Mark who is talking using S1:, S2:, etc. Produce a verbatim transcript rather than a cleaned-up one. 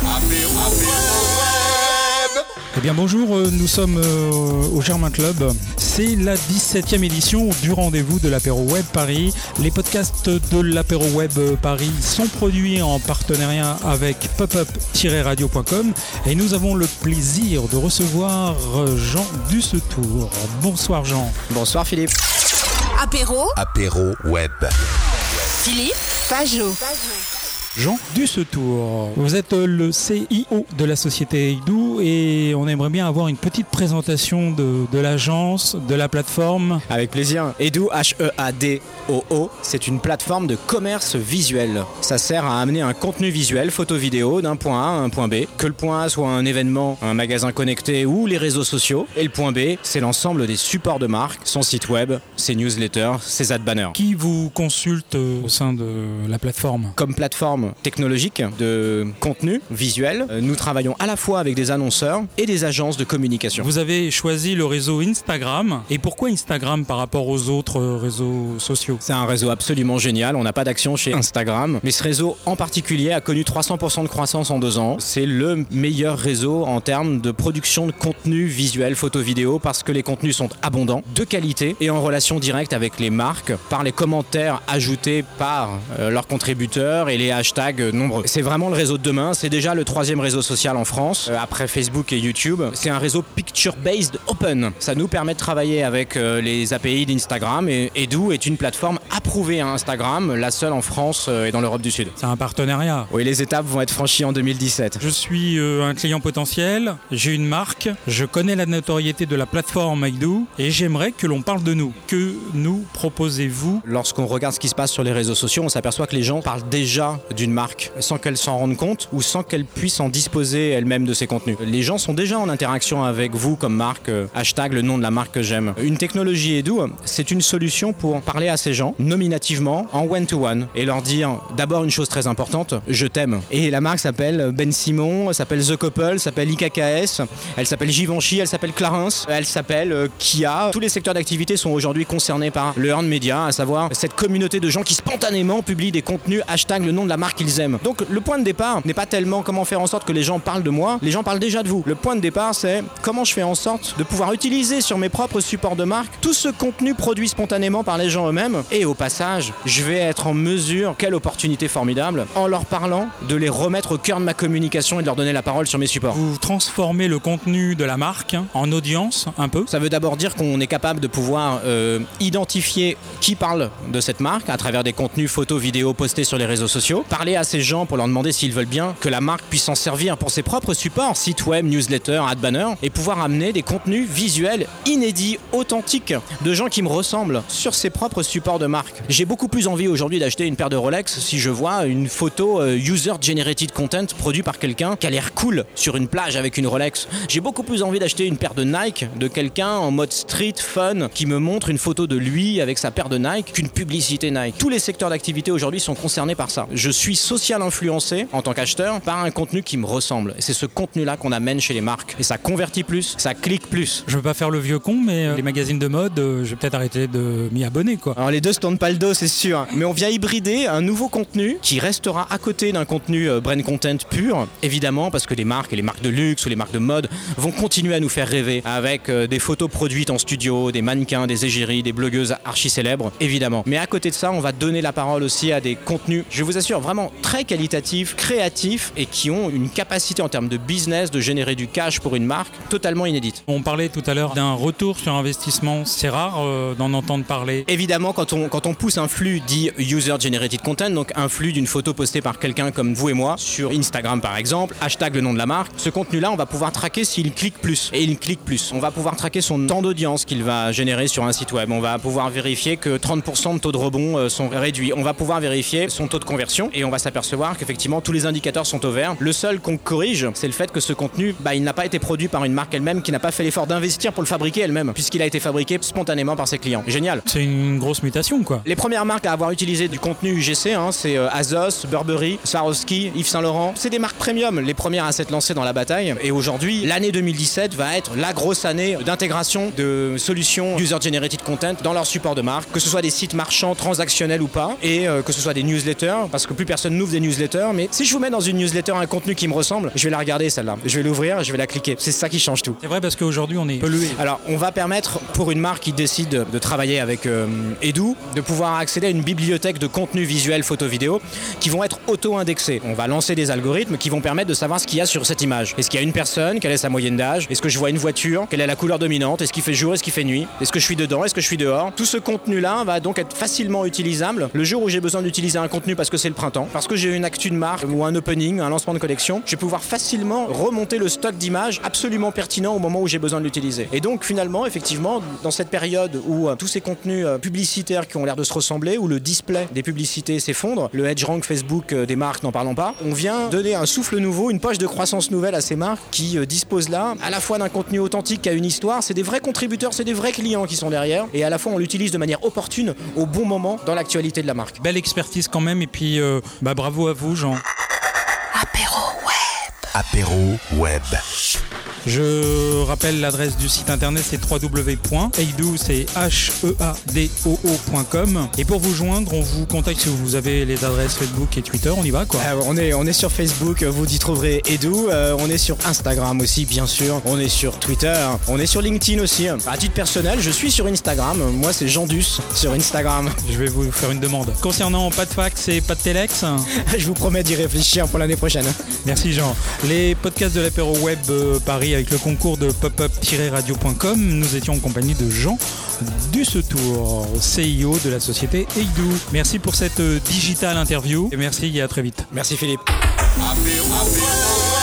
S1: Eh bien bonjour, nous sommes au Germain Club. C'est la dix-septième édition du rendez-vous de l'Apéro Web Paris. Les podcasts de l'Apéro Web Paris sont produits en partenariat avec pop up tiret radio point com et nous avons le plaisir de recevoir Jean Dussetour. Bonsoir Jean.
S2: Bonsoir Philippe.
S3: Apéro.
S4: Apéro Web.
S3: Philippe Pajot.
S1: Jean Dussetour, vous êtes le C I O de la société Eidou et on aimerait bien avoir une petite présentation de, de l'agence, de la plateforme.
S2: Avec plaisir. Eidou, H E A D O O, c'est une plateforme de commerce visuel. Ça sert à amener un contenu visuel, photo-vidéo, d'un point A à un point B. Que le point A soit un événement, un magasin connecté ou les réseaux sociaux. Et le point B, c'est l'ensemble des supports de marque, son site web, ses newsletters, ses ad banners.
S1: Qui vous consulte au sein de la plateforme ?
S2: Comme plateforme technologique de contenu visuel, nous travaillons à la fois avec des annonceurs et des agences de communication.
S1: Vous avez choisi le réseau Instagram. Et pourquoi Instagram par rapport aux autres réseaux sociaux ?
S2: C'est un réseau absolument génial. On n'a pas d'action chez Instagram. Mais ce réseau en particulier a connu trois cents pour cent de croissance en deux ans. C'est le meilleur réseau en termes de production de contenu visuel, photo-vidéo, parce que les contenus sont abondants, de qualité et en relation directe avec les marques par les commentaires ajoutés par euh, leurs contributeurs et les hashtags nombreux. C'est vraiment le réseau de demain. C'est déjà le troisième réseau social en France, euh, après Facebook et YouTube. C'est un réseau picture-based open. Ça nous permet de travailler avec euh, les A P I d'Instagram et Eidou est une plateforme approuvée à Instagram, la seule en France euh, et dans l'Europe du Sud.
S1: C'est un partenariat.
S2: Oui, les étapes vont être franchies en deux mille dix-sept.
S1: Je suis euh, un client potentiel, j'ai une marque, je connais la notoriété de la plateforme Eidou et j'aimerais que l'on parle de nous. Que nous proposez-vous ?
S2: Lorsqu'on regarde ce qui se passe sur les réseaux sociaux, on s'aperçoit que les gens parlent déjà d'une marque sans qu'elle s'en rende compte ou sans qu'elle puisse en disposer elle-même de ses contenus. Les gens sont déjà en interaction avec vous comme marque, euh, hashtag le nom de la marque que j'aime. Une technologie Eidou, c'est une solution pour parler à ces gens nominativement en one-to-one et leur dire d'abord une chose très importante, je t'aime. Et la marque s'appelle Ben Simon, s'appelle The Couple, s'appelle I K K S, elle s'appelle Givenchy, elle s'appelle Clarins, elle s'appelle euh, Kia. Tous les secteurs d'activité sont aujourd'hui concernés par le earned media, à savoir cette communauté de gens qui spontanément publient des contenus hashtag le nom de la marque qu'ils aiment. Donc le point de départ n'est pas tellement comment faire en sorte que les gens parlent de moi, les gens parlent déjà de vous. Le point de départ c'est comment je fais en sorte de pouvoir utiliser sur mes propres supports de marque tout ce contenu produit spontanément par les gens eux-mêmes et au passage je vais être en mesure, quelle opportunité formidable, en leur parlant de les remettre au cœur de ma communication et de leur donner la parole sur mes supports.
S1: Vous transformez le contenu de la marque en audience un peu ?
S2: Ça veut d'abord dire qu'on est capable de pouvoir euh, identifier qui parle de cette marque à travers des contenus photos, vidéos postés sur les réseaux sociaux, parler à ces gens pour leur demander s'ils veulent bien que la marque puisse s'en servir pour ses propres supports, site web, newsletter, ad banner, et pouvoir amener des contenus visuels inédits, authentiques, de gens qui me ressemblent sur ses propres supports de marque. J'ai beaucoup plus envie aujourd'hui d'acheter une paire de Rolex si je vois une photo euh, user-generated content produit par quelqu'un qui a l'air cool sur une plage avec une Rolex. J'ai beaucoup plus envie d'acheter une paire de Nike de quelqu'un en mode street fun qui me montre une photo de lui avec sa paire de Nike qu'une publicité Nike. Tous les secteurs d'activité aujourd'hui sont concernés par ça. Je suis social influencé en tant qu'acheteur par un contenu qui me ressemble. Et c'est ce contenu-là qu'on amène chez les marques. Et ça convertit plus, ça clique plus.
S1: Je veux pas faire le vieux con, mais euh, les magazines de mode, euh, je vais peut-être arrêter de m'y abonner, quoi.
S2: Alors les deux se tournent pas le dos, c'est sûr. Mais on vient hybrider un nouveau contenu qui restera à côté d'un contenu euh, brand content pur, évidemment, parce que les marques et les marques de luxe ou les marques de mode vont continuer à nous faire rêver avec euh, des photos produites en studio, des mannequins, des égéries, des blogueuses archi célèbres, évidemment. Mais à côté de ça, on va donner la parole aussi à des contenus, je vous assure, vraiment très qualitatifs, créatifs et qui ont une capacité en termes de business de générer du cash pour une marque totalement inédite.
S1: On parlait tout à l'heure d'un retour sur investissement, c'est rare euh, d'en entendre parler.
S2: Évidemment, quand on, quand on pousse un flux dit user-generated content, donc un flux d'une photo postée par quelqu'un comme vous et moi, sur Instagram par exemple, hashtag le nom de la marque, ce contenu-là, on va pouvoir traquer s'il clique plus. Et il clique plus. On va pouvoir traquer son temps d'audience qu'il va générer sur un site web. On va pouvoir vérifier que trente pour cent de taux de rebond euh, sont réduits. On va pouvoir vérifier son taux de conversion et on va s'apercevoir qu'effectivement tous les indicateurs sont au vert. Le seul qu'on corrige, c'est le fait que ce contenu, bah, il n'a pas été produit par une marque elle-même qui n'a pas fait l'effort d'investir pour le fabriquer elle-même, puisqu'il a été fabriqué spontanément par ses clients. Génial.
S1: C'est une grosse mutation, quoi.
S2: Les premières marques à avoir utilisé du contenu U G C, hein, c'est euh, Azos, Burberry, Swarovski, Yves Saint Laurent. C'est des marques premium, les premières à s'être lancées dans la bataille. Et aujourd'hui, l'année deux mille dix-sept va être la grosse année d'intégration de solutions user-generated content dans leur support de marque, que ce soit des sites marchands transactionnels ou pas, et euh, que ce soit des newsletters, parce que plus personne personne n'ouvre des newsletters, mais si je vous mets dans une newsletter un contenu qui me ressemble, je vais la regarder celle-là. Je vais l'ouvrir, je vais la cliquer. C'est ça qui change tout.
S1: C'est vrai parce qu'aujourd'hui on est pollué.
S2: Alors on va permettre pour une marque qui décide de travailler avec euh, Edu de pouvoir accéder à une bibliothèque de contenus visuels, photos, vidéos qui vont être auto-indexés. On va lancer des algorithmes qui vont permettre de savoir ce qu'il y a sur cette image. Est-ce qu'il y a une personne? Quelle est sa moyenne d'âge? Est-ce que je vois une voiture? Quelle est la couleur dominante? Est-ce qu'il fait jour? Est-ce qu'il fait nuit? Est-ce que je suis dedans? Est-ce que je suis dehors? Tout ce contenu-là va donc être facilement utilisable le jour où j'ai besoin d'utiliser un contenu parce que c'est le printemps, parce que j'ai une actu de marque ou un opening, un lancement de collection. Je vais pouvoir facilement remonter le stock d'images absolument pertinent au moment où j'ai besoin de l'utiliser. Et donc finalement, effectivement, dans cette période où euh, tous ces contenus euh, publicitaires qui ont l'air de se ressembler, où le display des publicités s'effondre, le EdgeRank Facebook euh, des marques n'en parlons pas, on vient donner un souffle nouveau, une poche de croissance nouvelle à ces marques qui euh, disposent là à la fois d'un contenu authentique qui a une histoire, c'est des vrais contributeurs, c'est des vrais clients qui sont derrière, et à la fois on l'utilise de manière opportune au bon moment dans l'actualité de la marque.
S1: Belle expertise quand même, et puis euh, bah, bravo à vous Jean.
S3: Apéro Web.
S4: Apéro Web.
S1: Je rappelle l'adresse du site internet, c'est w w w point eidou, c'est h e a d o o point com. Et pour vous joindre, on vous contacte si vous avez les adresses Facebook et Twitter, on y va quoi.
S2: Euh, on, est, on est sur Facebook, vous y trouverez Edu, euh, on est sur Instagram aussi bien sûr, on est sur Twitter, on est sur LinkedIn aussi. À titre personnel, je suis sur Instagram, moi c'est Jandus sur Instagram.
S1: Je vais vous faire une demande. Concernant pas de fax et pas de téléx,
S2: je vous promets d'y réfléchir pour l'année prochaine.
S1: Merci Jean. Les podcasts de l'apéro web euh, Paris avec le concours de pop up tiret radio point com, nous étions en compagnie de Jean Dussetour, C I O de la société Eidou. Merci pour cette euh, digital interview et merci et à très vite.
S2: Merci Philippe.
S4: Apéro, apéro.